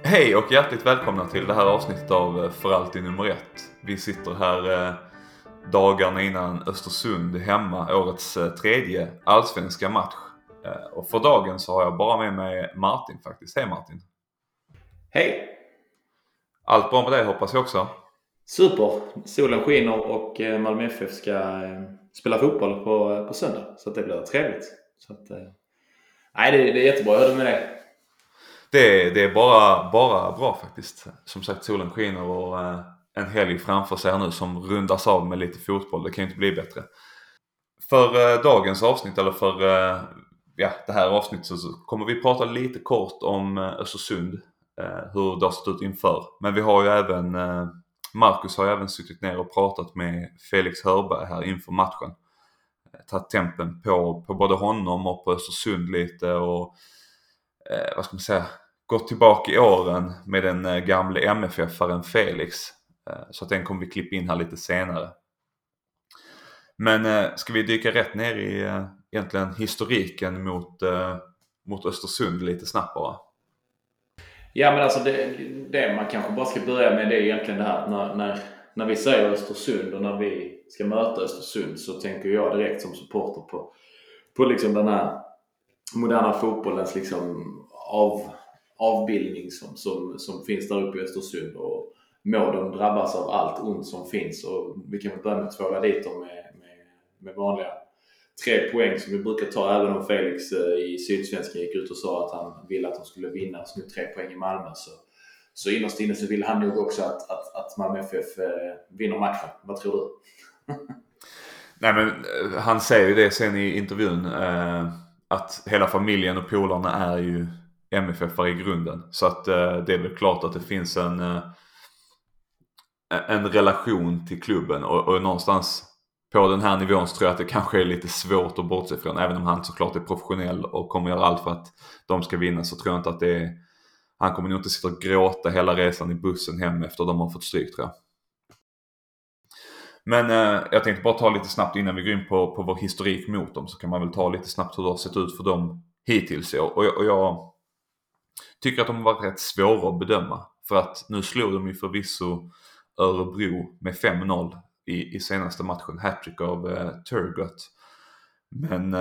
Hej och hjärtligt välkomna till det här avsnittet av För alltid nummer 1. Vi sitter här dagarna innan Östersund hemma, årets tredje allsvenska match. Och för dagen så har jag bara med mig Martin faktiskt. Hej Martin. Hej! Allt bra med dig hoppas jag också. Super! Solen skiner och Malmö FF ska spela fotboll på söndag. Så att det blir trevligt. Så att, nej, det är jättebra. Hör du med det? Det är bara bra faktiskt. Som sagt, solen skiner och en helg framför sig nu som rundas av med lite fotboll. Det kan ju inte bli bättre. För dagens avsnitt, eller för det här avsnittet, så kommer vi prata lite kort om Östersund. Hur det har sett ut inför. Men vi har ju även Marcus har ju även suttit ner och pratat med Felix Hörberg här inför matchen. Tagit tempen på både honom och på Östersund lite och vad ska man säga, gått tillbaka i åren med den gamla MFF-aren Felix. Så att den kommer vi klippa in här lite senare. Men ska vi dyka rätt ner i egentligen historiken mot Östersund lite snabbt bara? Ja, men alltså det man kanske bara ska börja med, det är egentligen det här när vi säger Östersund och när vi ska möta Östersund, så tänker jag direkt som supporter på liksom den här moderna fotbollens liksom avbildning som finns där uppe i Östersund, och må de drabbas av allt ont som finns. Och vi kan börja med 2 raditer med vanliga 3 poäng som vi brukar ta, även om Felix i Sydsvenskan gick ut och sa att han ville att de skulle vinna så nu 3 poäng i Malmö, så innerst inne så vill han nog också att Malmö FF vinner matchen. Vad tror du? Nej, men han säger ju det sen i intervjun att hela familjen och polarna är ju MFF-are i grunden, så att det är väl klart att det finns en relation till klubben och någonstans på den här nivån så tror jag att det kanske är lite svårt att bortse från. Även om han såklart är professionell och kommer göra allt för att de ska vinna, så tror jag inte att han kommer nog inte sitta och gråta hela resan i bussen hem efter de har fått stryk, tror jag. Men jag tänkte bara ta lite snabbt innan vi går in på vår historik mot dem, så kan man väl ta lite snabbt hur det har sett ut för dem hittills. Och jag tycker att de har varit rätt svåra att bedöma, för att nu slog de ju förvisso Örebro med 5-0 i senaste matchen, hattrick av Turgott. Men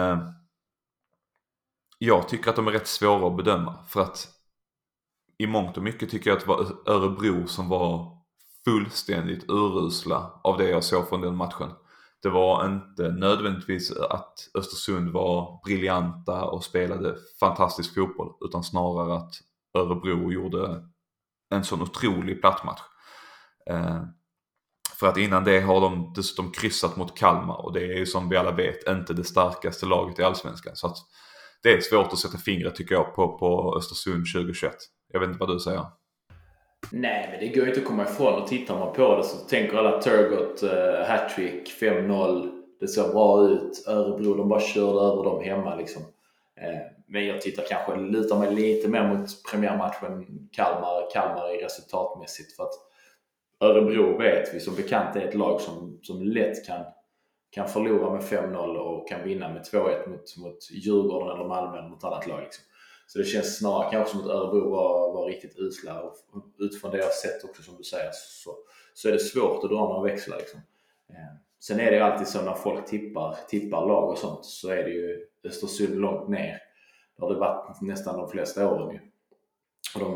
jag tycker att de är rätt svåra att bedöma, för att i mångt och mycket tycker jag att det var Örebro som var fullständigt urusla av det jag såg från den matchen. Det var inte nödvändigtvis att Östersund var briljanta och spelade fantastisk fotboll, utan snarare att Örebro gjorde en sån otrolig plattmatch. För att innan det har de dessutom kryssat mot Kalmar, och det är ju som vi alla vet inte det starkaste laget i allsvenskan. Så att det är svårt att sätta fingret, tycker jag, på Östersund 2021. Jag vet inte vad du säger. Nej, men det går ju inte att komma ifrån, och tittar man på det så tänker alla Turgott, hattrick, 5-0, det ser bra ut. Örebro, de bara körde över dem hemma liksom. Men jag lutar mig lite mer mot premiärmatchen Kalmar i resultatmässigt, för att Örebro vet vi som bekant är ett lag som lätt kan förlora med 5-0 och kan vinna med 2-1 mot Djurgården eller Malmö eller något annat lag liksom. Så det känns snarare kanske som att Örebro var riktigt usla, och utifrån det jag har sett också, som du säger, så är det svårt att dra några växlar liksom. Sen är det ju alltid så när folk tippar lag och sånt, så är det ju Östersund långt ner. Det har det varit nästan de flesta åren ju. Och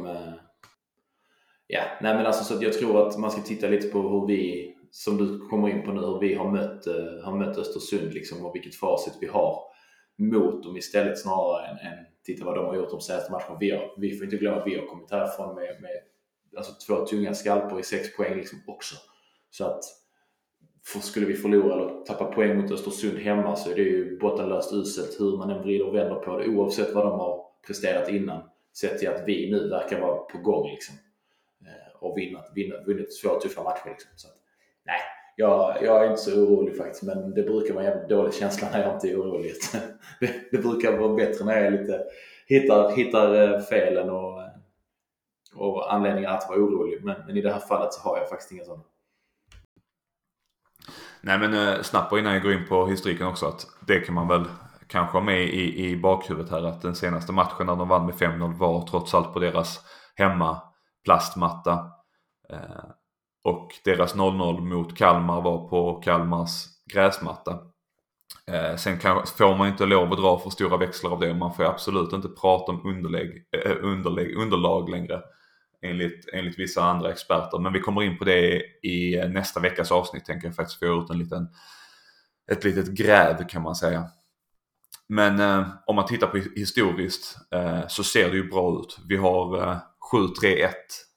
men alltså, så att jag tror att man ska titta lite på hur vi, som du kommer in på nu, hur vi har mött Östersund liksom, och vilket facit vi har mot dem istället, snarare än titta vad de har gjort de senaste matcherna. Vi får inte glömma att vi har kommit härifrån med alltså 2 tunga skalper i 6 poäng liksom också. Så att skulle vi förlora eller tappa poäng mot Östersund hemma, så är det ju bottenlöst uselt hur man än vrider och vänder på det, oavsett vad de har presterat innan, sett till att vi nu verkar vara på gång liksom, och vunnit 2 tuffa matcher liksom. Så att, nej, jag är inte så orolig faktiskt, men det brukar vara en jävligt dålig känsla när jag inte är orolig. Det brukar vara bättre när jag lite hittar felen och anledningar att vara orolig, men i det här fallet så har jag faktiskt inga sådana. Nej, men snabbt innan jag går in på historiken också, att det kan man väl kanske ha med i bakhuvudet här, att den senaste matchen när de vann med 5-0 var trots allt på deras plastmatta. Och deras 0-0 mot Kalmar var på Kalmars gräsmatta. Sen får man inte lov att dra för stora växlar av det. Man får absolut inte prata om underlag längre enligt vissa andra experter. Men vi kommer in på det i nästa veckas avsnitt, tänker jag faktiskt få ut ett litet gräv kan man säga. Men om man tittar på historiskt så ser det ju bra ut. Vi har 7-3-1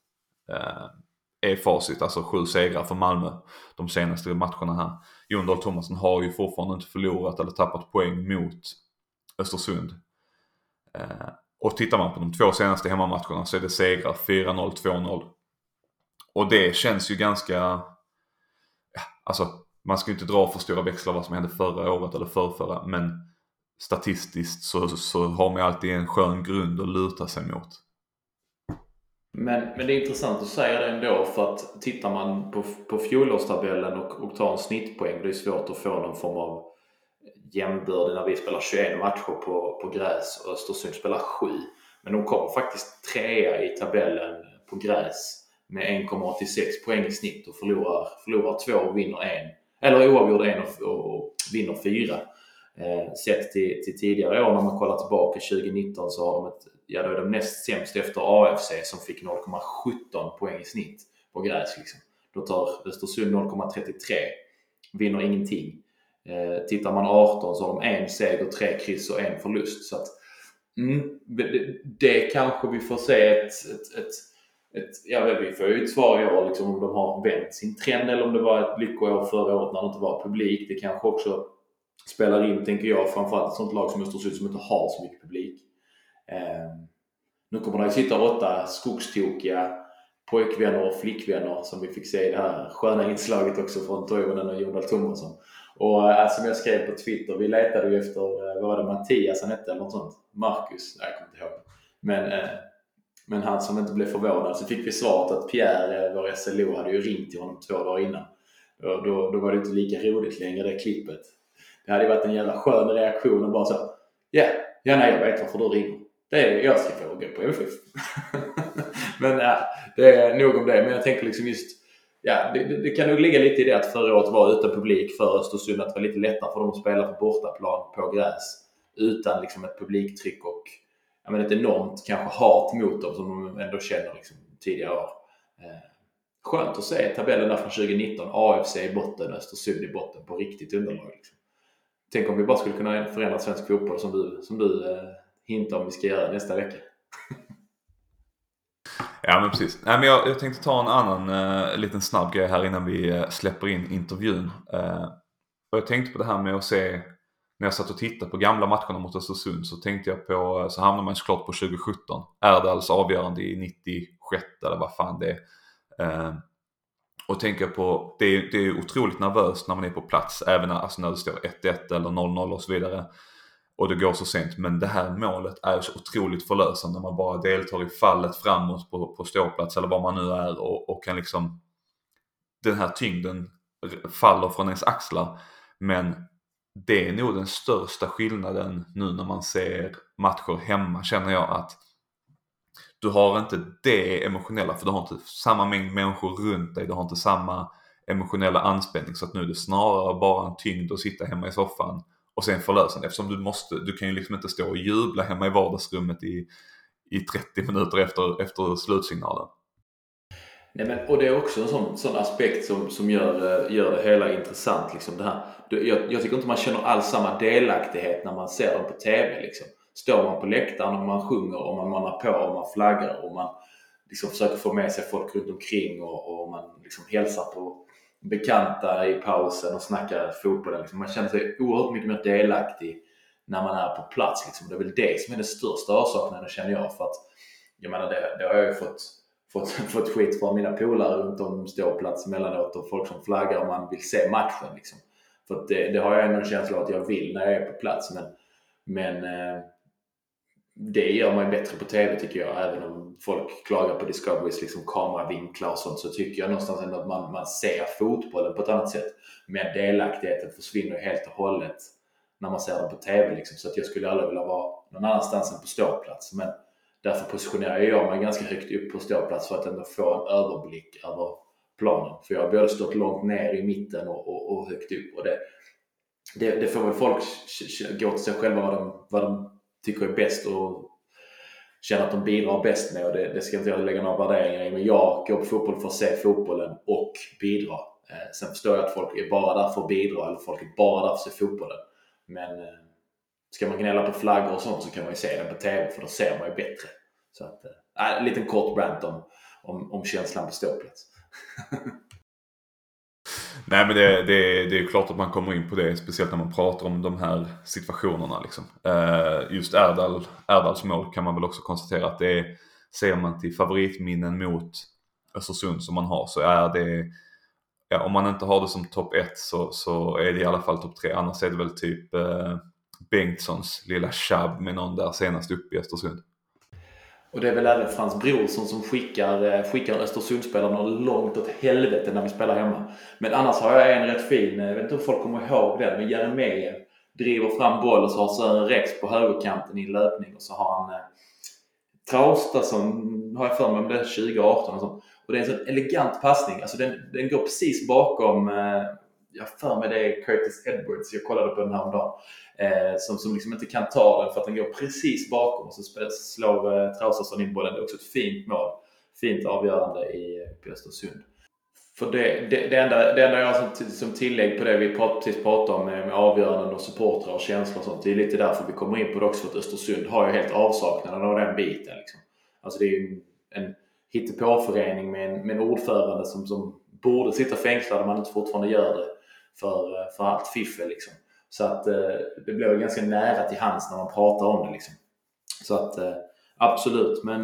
är facit, alltså 7 segrar för Malmö de senaste matcherna här. Jon Dahl Tomasson har ju fortfarande inte förlorat eller tappat poäng mot Östersund. Och tittar man på de 2 senaste hemmamatcherna så är det segrar 4-0, 2-0. Och det känns ju ganska... Alltså, man ska ju inte dra för stora växlar vad som hände förra året eller förrförra, men statistiskt så har man alltid en skön grund att luta sig mot. Men det är intressant att säga det ändå, för att tittar man på fjolårstabellen och tar en snittpoäng, det är svårt att få någon form av jämnbörd när vi spelar 21 matcher på gräs och Östersund spelar 7. Men de kommer faktiskt 3 i tabellen på gräs med 1,86 poäng i snitt och förlorar 2 och vinner 1. Eller oavgjord 1 och vinner 4. Sett till tidigare år när man kollar tillbaka 2019 så har då är de näst sämst efter AFC som fick 0,17 poäng i snitt på gräs liksom. Då tar Östersund 0,33, vinner ingenting. Tittar man 18 så har de 1 seger, 3 kryss och 1 förlust. Så att det kanske vi får se vi får ju ett svar i år liksom, om de har vänt sin trend eller om det var ett lyckoår förra året när det inte var publik. Det kanske också spelar in, tänker jag, framförallt ett sånt lag som Östersund som inte har så mycket publik. Nu kommer det att sitta 8 skogstokiga pojkvänner och flickvänner som vi fick se i det här sköna inslaget också från Toivonen och Jon Dahl Tomasson. Och som jag skrev på Twitter, vi letade ju efter, vad var det, Mattias han hette eller något sånt? Marcus, jag kommer inte ihåg. Men han som inte blev förvånad, så fick vi svaret att Pierre, vår SLO, hade ju ringt till honom 2 dagar innan. Då var det inte lika roligt längre det klippet. Det hade varit en jävla skön reaktion och bara så, nej, jag vet varför du ringer. Det är jag ska få gå på UFF. Men det är nog om det. Men jag tänker liksom just, det kan nog ligga lite i det att förra året var utan publik för Östersund, att det var lite lättare för dem att spela på bortaplan på gräs utan liksom ett publiktryck och ett enormt kanske hat mot dem som de ändå känner liksom tidigare år. Skönt att se tabellen där från 2019, AFC i botten, Östersund i botten på riktigt underlag liksom. Tänk om vi bara skulle kunna förändra svensk fotboll som du hintar om vi ska göra nästa vecka. Ja, men precis. Nej, men jag tänkte ta en annan liten snabb grej här innan vi släpper in intervjun. Och jag tänkte på det här med att se, när jag satt och tittade på gamla matcherna mot Östersund så tänkte jag på, så hamnar man såklart på 2017. Är det alltså avgörande i 96 eller vad fan det är. Och tänker på, det är otroligt nervöst när man är på plats, även när det står 1-1 eller 0-0 och så vidare. Och det går så sent, men det här målet är så otroligt förlösande när man bara deltar i fallet framåt på ståplats eller var man nu är och kan liksom, den här tyngden faller från ens axlar. Men det är nog den största skillnaden nu när man ser matcher hemma, känner jag, att du har inte det emotionella, för du har inte samma mängd människor runt dig, du har inte samma emotionella anspänning, så att nu är det snarare bara en tyngd att sitta hemma i soffan och sen förlösande, eftersom du kan ju liksom inte stå och jubla hemma i vardagsrummet i 30 minuter efter slutsignalen. Nej, men, och det är också en sån aspekt som gör det hela intressant liksom, det här. Jag tycker inte man känner alls samma delaktighet när man ser dem på TV liksom. Står man på läktaren och man sjunger och man manar på och man flaggar och man liksom försöker få med sig folk runt omkring och man liksom hälsar på bekanta i pausen och snackar fotboll liksom. Man känner sig oerhört mycket mer delaktig när man är på plats liksom. Det är väl det som är den största orsaken, känner jag, för att jag menar det har jag ju fått skit från mina polare runt om ståplats emellanåt och folk som flaggar och man vill se matchen liksom. För att det har jag ändå en känsla av att jag vill när jag är på plats, men det gör man ju bättre på TV, tycker jag. Även om folk klagar på Discoverys liksom kameravinklar och sånt, så tycker jag någonstans ändå att man ser fotbollen på ett annat sätt. Men delaktigheten försvinner ju helt och hållet när man ser den på TV liksom. Så att jag skulle aldrig vilja vara någon annanstans än på ståplats. Men därför positionerar jag mig ganska högt upp på ståplats för att ändå få en överblick över planen. För jag har både stått långt ner i mitten och högt upp. Och det får väl folk gå till sig själva vad de tycker är bäst och känna att de bidrar bäst med. Och det ska inte jag lägga några värderingar i. Men jag går på fotboll för att se fotbollen och bidra. Sen förstår jag att folk är bara där för att bidra, eller folk är bara där för att se fotbollen. Men ska man gnälla på flaggor och sånt så kan man ju se den på tv, för då ser man ju bättre. Så att, en liten kort rant om känslan på ståplats. Nej, men det är ju klart att man kommer in på det, speciellt när man pratar om de här situationerna liksom. Just Erdals mål kan man väl också konstatera att det är, ser man till favoritminnen mot Östersund som man har, så är det, ja, om man inte har det som topp 1 så är det i alla fall topp 3. Annars är det väl typ Bengtssons lilla tjabb med någon där senast upp i Östersund. Och det är väl även Frans Brorsson som skickar Östersundsspelarna långt åt helvete när vi spelar hemma. Men annars har jag en rätt fin, jag vet inte om folk kommer ihåg den, men Jeremejeff driver fram boll och så har Sören Rex på högerkanten i löpning, och så har han Traustason, har jag för mig om det är 2018 och sånt. Och det är en sån elegant passning, alltså den går precis bakom, jag för mig det är Curtis Edwards, jag kollade på den här om dagen. Som liksom inte kan ta den för att den går precis bakom, och så slår Traustason in bollen. Det är också ett fint mål. Fint avgörande i Östersund. För det enda jag som tillägg på det vi precis pratade om med avgöranden och supportrar och känslor och sånt. Det är lite därför vi kommer in på det också, för att Östersund har ju helt avsaknaden av den biten. Liksom. Alltså det är ju en hittepåförening med en ordförande som borde sitta fängslad om man inte fortfarande gör det för allt fiffel liksom. Så att det blir ganska nära till hands när man pratar om det liksom. Så att absolut, men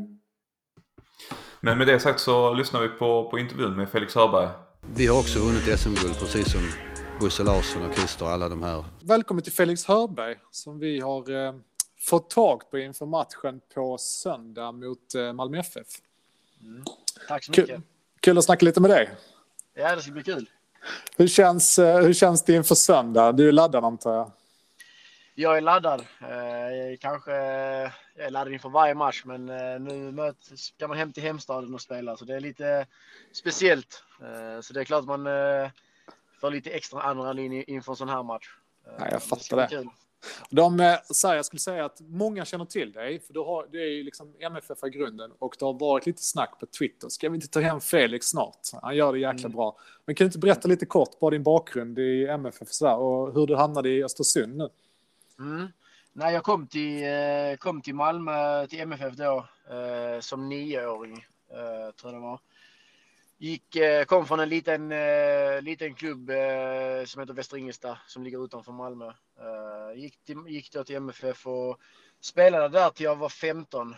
med det sagt så lyssnar vi på intervjun med Felix Hörberg. Vi har också vunnit SM-guld precis som Bosse Larsson och Christer och alla de här. Välkommen till Felix Hörberg som vi har fått tag på inför matchen på söndag mot Malmö FF. Tack så mycket. Kul att snacka lite med dig. Ja, det ska bli kul. Hur känns det inför söndag? Du är laddad, antar jag. Jag är laddad. Jag är laddad inför varje match, men nu ska man hem till hemstaden och spela, så det är lite speciellt. Så det är klart att man får lite extra adrenalin inför en sån här match. Ja, jag fattar det. Jag skulle säga att många känner till dig, för du är ju liksom MFF i grunden, och det har varit lite snack på Twitter. Ska vi inte ta hem Felix snart? Han gör det jäkla bra. Men kan du inte berätta lite kort bara din bakgrund i MFF och hur du hamnade i Östersund nu? Nej, jag kom till Malmö, till MFF då, som 9-åring, tror jag det var. Kom från en liten klubb som heter Västra Ingelstad, som ligger utanför Malmö. Gick då till MFF och spelade där till jag var 15.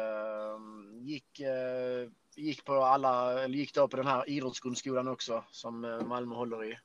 Gick då på den här idrottsgrundskolan också som Malmö håller i.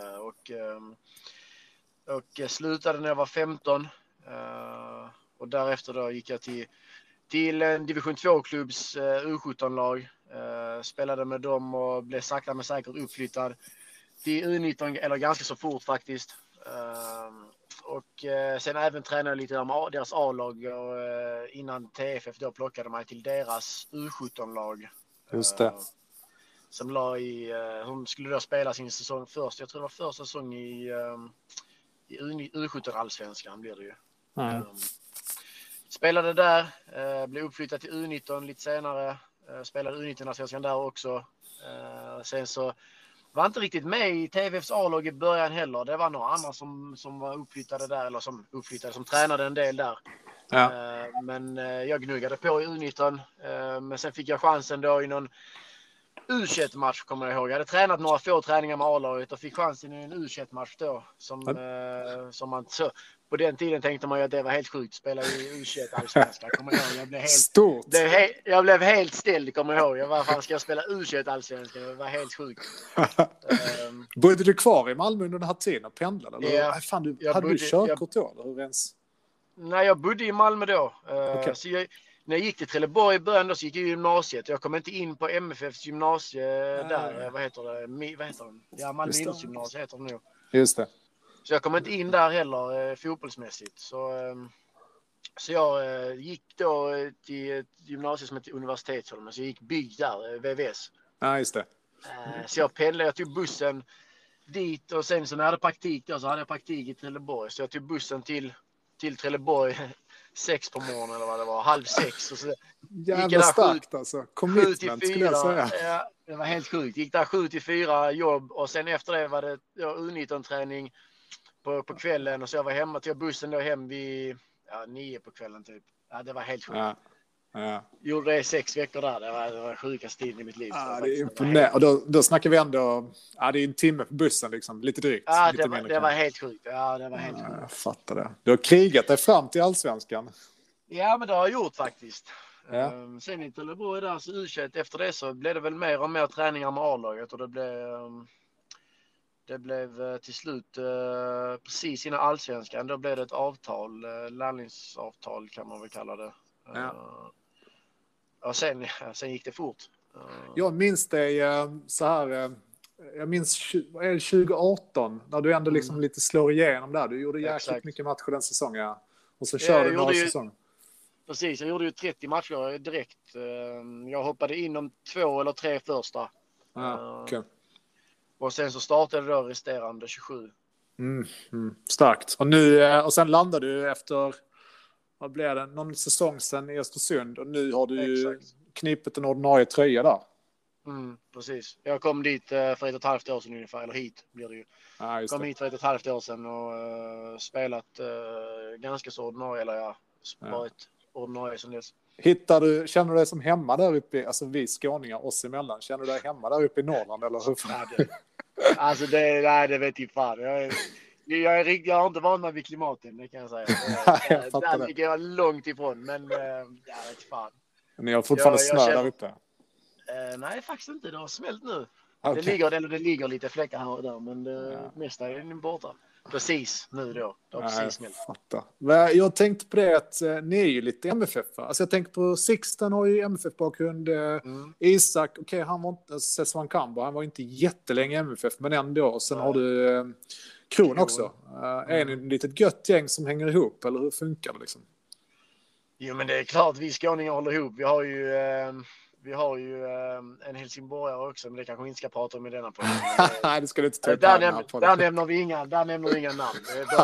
Och slutade när jag var 15. Och därefter då gick jag till en division 2-klubbs U17-lag. Spelade med dem och blev sakta men säkert uppflyttad till U19, eller ganska så fort faktiskt. Och sen även tränade lite om deras A-lag innan TFF då plockade mig till deras U17-lag. Just det. Som hon skulle då spela sin säsong först. Jag tror det var första säsong i U17-allsvenskan blir det ju. Spelade där, blev uppflyttad till U19 lite senare. Spelade U19-allsvenskan där också. Sen så var inte riktigt med i TFFs A-lag i början heller. Det var några andra som var uppflyttade där, eller som tränade en del där. Ja. Men jag gnuggade på i U19. Men sen fick jag chansen då i någon U21-match, kommer jag ihåg. Jag hade tränat några få träningar med A-laget och fick chansen i en U21-match då. Som man så. På den tiden tänkte man ju att det var helt sjukt. Spela i U21-allsvenskan, kommer jag ihåg. Jag blev helt ställd, kommer jag ihåg. Vad fan ska jag spela U21-allsvenskan? Det var helt sjukt. Bodde du kvar i Malmö under den här tiden och pendlade? Ja. Hade du körkort då? Hur ens? Nej, jag bodde i Malmö då. Okay. Så när jag gick till Trelleborg i början då, så gick jag i gymnasiet. Jag kom inte in på MFFs gymnasie där. Vad heter den? Ja, Malmö idrottsgymnasie heter det nu. Just det. Så jag kom inte in där heller fotbollsmässigt. Så Så jag gick då till ett gymnasium som heter Universitetsholmen. Så jag gick bygg där, VVS. Ja, just det. Så jag tog bussen dit och sen så när jag hade praktik då, så hade jag praktik i Trelleborg. Så jag tog bussen till Trelleborg 6 på morgonen eller vad det var, 5:30. Och så Jävla starkt alltså. Commitment skulle jag säga. Ja, det var helt sjukt. Gick där 7-4 jobb och sen efter det var det U19-träning på kvällen och så jag var hemma, tog bussen då hem vid 9 på kvällen typ. Ja, det var helt sjukt. Ja. Gjorde det 6 veckor där. Det var sjukaste tiden i mitt liv. Ja, det är imponerande. Och då snackar vi ändå, det är en timme på bussen liksom, lite drygt. Ja, lite det var helt sjukt. Ja, det var helt sjukt. Jag fattar det. Du har krigat dig fram till Allsvenskan. Ja, men det har jag gjort faktiskt. Ja. Sen i Trelleborg där, så U21, efter det så blev det väl mer och mer träningar med A-laget och det blev till slut precis innan Allsvenskan, då blev det ett avtal, lärlingsavtal kan man väl kalla det. Och sen gick det fort. Jag minns det så här, jag minns 2018 när du ändå liksom lite slår igenom där. Du gjorde jäkligt mycket matcher den säsongen. Och så körde du några säsonger. Precis, jag gjorde ju 30 matcher direkt. Jag hoppade in de 2 eller 3 första. Okay. Och sen så startade då resterande 27. Starkt. Och sen landade du efter, vad blev det, någon säsong sen i Östersund. Och nu har du ju knipet en ordinarie tröja där. Precis. Jag kom dit för 1,5 år sedan ungefär, eller hit blir det ju. Kom hit för 1,5 år sedan och spelat ganska så ordinarie, eller varit ordinarie sedan dess. Känner du dig som hemma där uppe, alltså vi skåningar oss emellan, känner du dig hemma där uppe i Norrland eller hur? Alltså det vet jag fan. Jag har inte vant mig vid klimatet, det kan jag säga. Där ligger jag långt ifrån, men jag vet fan. Ni har fortfarande snö där uppe? Nej, faktiskt inte. Det har smält nu. Okay. Det ligger lite fläckar här och där, men det mesta är borta. Precis nu då. Det har precis smält. Jag tänkte på det att ni är ju lite MFF. Alltså jag tänkte på Sixten har ju MFF-bakgrund. Isak, han var inte Seswan Kambo. Han var inte jättelänge MFF, men ändå. Sen har du Kron också. Är ni ett litet gött gäng som hänger ihop, eller hur funkar det liksom? Jo, men det är klart vi skåningar håller ihop. Vi har ju en helsingborgare också, men det kanske vi inte ska prata om i denna podden. Nej, det ska du inte ta upp. Där nämner vi inga namn.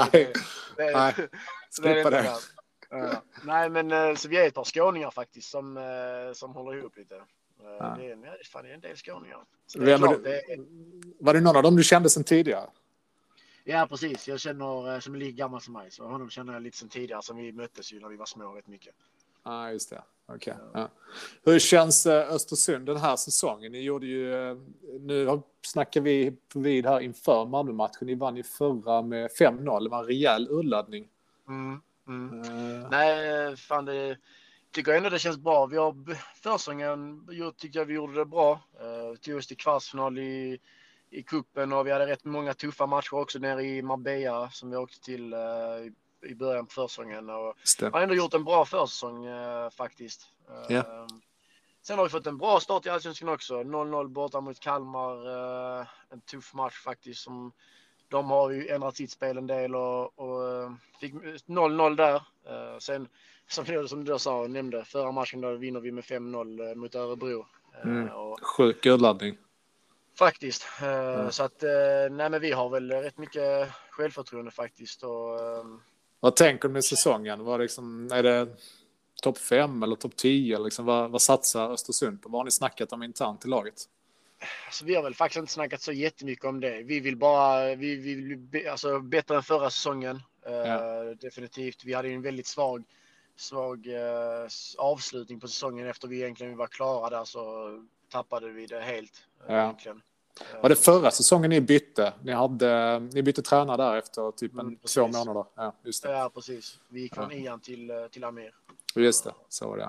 Nej, men så vi är ett par skåningar faktiskt som håller ihop lite. Det är en del skåningar. Var det någon av dem du kände sedan tidigare? Ja, precis. Jag känner som är lika gammal som mig. Så honom känner jag lite sedan tidigare, som vi möttes ju när vi var små rätt mycket. Just det. Okay. Ja. Hur känns Östersund den här säsongen? Ni gjorde ju, nu snackar vi vid här inför Malmö-matchen. Ni vann ju förra med 5-0. Det var en rejäl urladdning. Nej, fan tycker jag ändå det känns bra. Vi har försäsongen tycker jag vi gjorde det bra. Tog oss till kvartsfinal i kuppen och vi hade rätt många tuffa matcher också nere i Marbella som vi åkte till i början på försäsongen och har ändå gjort en bra försäsong faktiskt. Sen har vi fått en bra start i Allsvenskan också. 0-0 borta mot Kalmar. En tuff match faktiskt. De har ju ändrat sitt spel en del och fick 0-0 där. Sen som du sa nämnde, förra matchen då vinner vi med 5-0 mot Örebro. Sjuk urladdning. Faktiskt. Så att nej, men vi har väl rätt mycket självförtroende faktiskt. Och, vad tänker du med säsongen? Är det topp 5 eller topp 10? Liksom, vad satsar Östersund på? Vad har ni snackat om internt i laget? Alltså, vi har väl faktiskt inte snackat så jättemycket om det. Vi vill bli bättre än förra säsongen. Definitivt. Vi hade ju en väldigt svag avslutning på säsongen. Efter vi egentligen var klara där så tappade vi det helt. Egentligen. Var det förra säsongen ni bytte? Ni bytte tränare där efter typ 2 månader. Ja, just det. Ja, precis. Vi gick från Ian till Amir. Just det, så var det.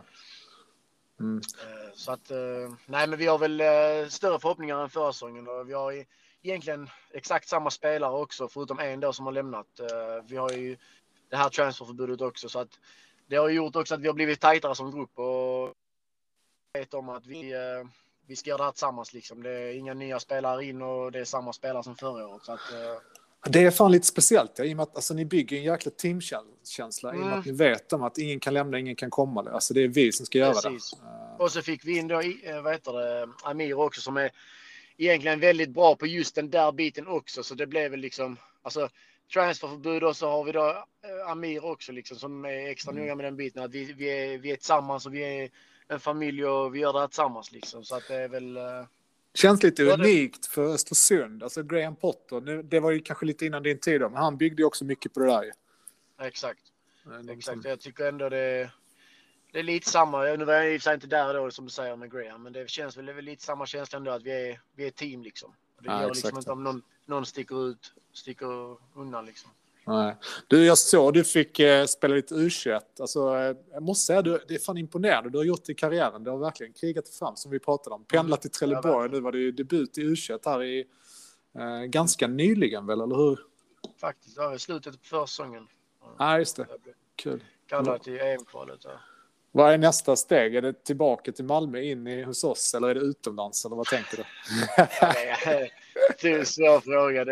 Så att, nej, men vi har väl större förhoppningar än förra säsongen. Och vi har egentligen exakt samma spelare också, förutom en då som har lämnat. Vi har ju det här transferförbudet också, så att det har gjort också att vi har blivit tajtare som grupp och vet om att vi ska göra det här tillsammans liksom. Det är inga nya spelare in och det är samma spelare som förra året. Så att, Det är fan lite speciellt, i och med att alltså, ni bygger en jäkla teamkänsla i och med att ni vet om att ingen kan lämna, ingen kan komma. Alltså det är vi som ska göra det. Och så fick vi in då, Amir också, som är egentligen väldigt bra på just den där biten också. Så det blev väl liksom, alltså transferförbud, och så har vi då Amir också liksom, som är extra noga med den biten. Att vi är tillsammans och vi är en familj och vi gör det här tillsammans liksom. Så att det är väl... Känns lite unikt för Östersund. Alltså Graham Potter, det var ju kanske lite innan din tid då, men han byggde ju också mycket på det där. Exakt. Jag tycker ändå det är lite samma. Nu var jag i och för sig inte där då som du säger med Graham, men det känns väl lite samma känsla ändå, att vi är ett team liksom. Det gör liksom inte om någon sticker undan liksom. Nej. Du, jag såg du fick spela lite U21. Alltså, jag måste säga, det är fan imponerande. Du har gjort det i karriären. Du har verkligen krigat fram, som vi pratade om. Pendlat till Trelleborg. Nu var det debut i U21 här i ganska nyligen väl, eller hur? Faktiskt, det var slutet på försäsongen. Ja, just det. Kul. Kallat till EM-kvalet. Vad är nästa steg? Är det tillbaka till Malmö in hos oss, eller är det utomlands, eller vad tänker du? Det är en svår fråga.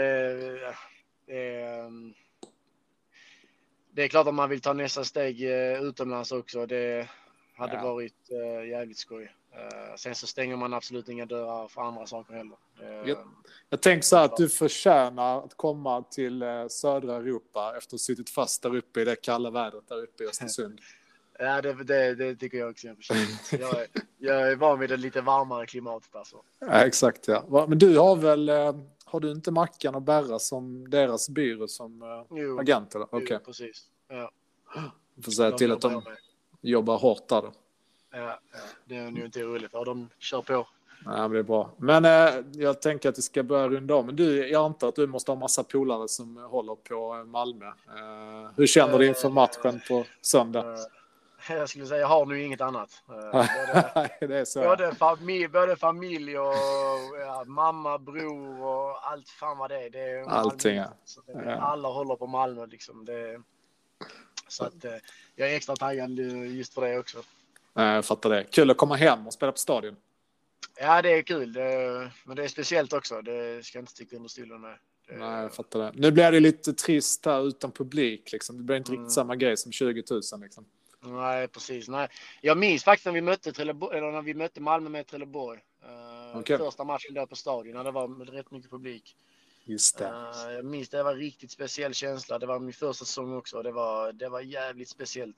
Det är klart att man vill ta nästa steg utomlands också. Det hade varit jävligt skoj. Sen så stänger man absolut inga dörrar för andra saker heller. Jag tänker så här att du förtjänar att komma till södra Europa efter att ha suttit fast där uppe i det kalla vädret där uppe i Östersund. Ja, det tycker jag också. Jag är van vid det lite varmare klimatet alltså. Ja, exakt, ja. Men du har du inte Mackan och Berra som deras byrå som agent? Eller? Okay. Precis. Ja. Du får säga till att de jobbar hårt där då. Ja, det är nu inte roligt. Ja, de kör på. Ja, men det är bra. Men jag tänker att vi ska börja runda om. Men jag antar att du måste ha massa polare som håller på Malmö. Hur känner du inför matchen på söndag? Jag skulle säga, jag har nu inget annat. Det är så. Både familj och mamma, bror och allt fan vad det är. Det är allting, ja. Alla håller på Malmö liksom. Så att jag är extra taggad just för det också. Jag fattar det. Kul att komma hem och spela på stadion. Ja, det är kul. Men det är speciellt också. Det ska jag inte sticka under stolen med. Nej, jag fattar det. Nu blir det lite trist här utan publik. Liksom. Det blir inte riktigt samma grej som 20 000. Liksom. Nej, precis. Nej. Jag minns faktiskt när vi mötte Malmö med Trelleborg. Första matchen där på stadion. När det var rätt mycket publik. Just det. Jag minns det var riktigt speciell känsla. Det var min första säsong också. Det var jävligt speciellt.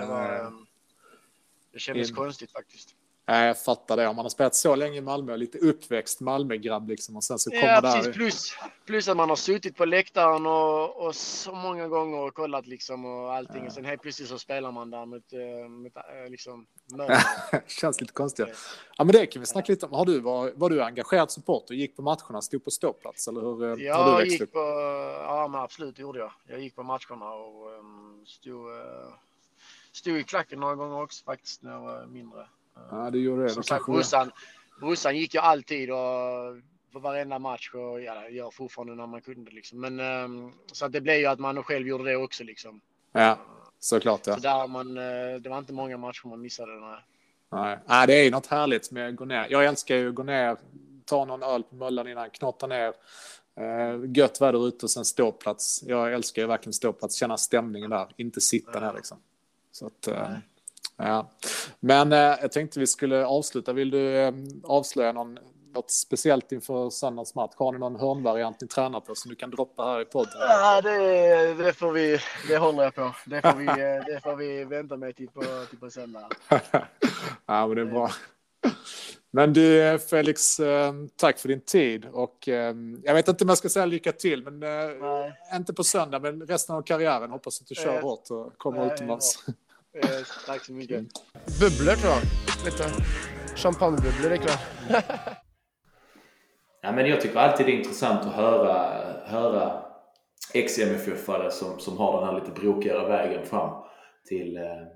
Det kändes konstigt faktiskt. Jag fattar det. Om man har spelat så länge i Malmö, lite uppväxt Malmö-grabb liksom, och sen så kommer ja, där... precis. Plus att man har suttit på läktaren och så många gånger och kollat liksom och allting. Och sen helt plötsligt så spelar man där mot liksom känns lite konstigt. Ja, men det kan vi snacka lite om. Var du engagerad supporter? Gick på matcherna, stod på ståplats? Eller hur har du växt upp? Ja, men absolut, det gjorde jag. Jag gick på matcherna och stod i klacken några gånger också faktiskt när jag var mindre. Ja, det gjorde det. Som sagt, brorsan gick ju alltid och på varenda match och jag fortfarande när man kunde liksom. Men så att det blev ju att man själv gjorde det också liksom. Ja, såklart ja. Så där det var inte många matcher man missade. Nej, det är ju något härligt med att gå ner. Jag älskar ju att gå ner, ta någon öl på Möllan innan, knotta ner. Gött väder ute och sen ståplats. Jag älskar ju verkligen ståplats, känna stämningen där, inte sitta där liksom. Så att ja. Men jag tänkte vi skulle avsluta. Vill du avslöja något speciellt inför söndags match? Har ni någon hörnvariant ni tränar på som du kan droppa här i podden? Ja, det får vi. Det håller jag på. Det får vi vänta med till på söndag. Ja, men det är bra. Men du Felix, tack för din tid och jag vet inte om jag ska säga lycka till, men inte på söndag, men resten av karriären hoppas att du kör hårt och kommer utomlands. Tack så mycket. Bubblor tror jag. Lite champagnebubblor är klart. Ja, men jag tycker alltid det är intressant att höra ex-MFF-are som har den här lite brokigare vägen fram till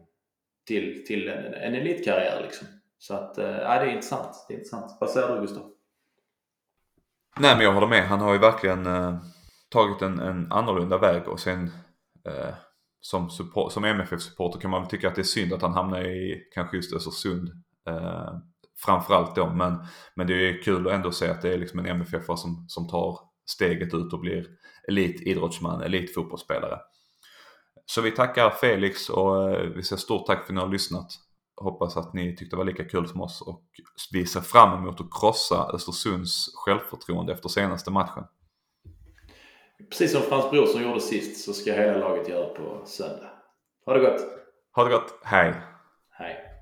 en elitkarriär liksom. Så att det är intressant. Det är intressant. Vad säger du, Gustav? Nej, men jag håller med. Han har ju verkligen tagit en annorlunda väg och sen som MFF-supporter kan man väl tycka att det är synd att han hamnar i kanske just Östersund framförallt då, men det är kul att ändå se att det är liksom en MFF som tar steget ut och blir elitidrottsman, elitfotbollsspelare. Så vi tackar Felix och vi säger stort tack för att ni har lyssnat. Hoppas att ni tyckte det var lika kul som oss och vi ser fram emot att krossa Östersunds självförtroende efter senaste matchen. Precis som Frans Brorsson gjorde sist så ska hela laget göra på söndag. Ha det gott! Ha det gott, hej! Hej!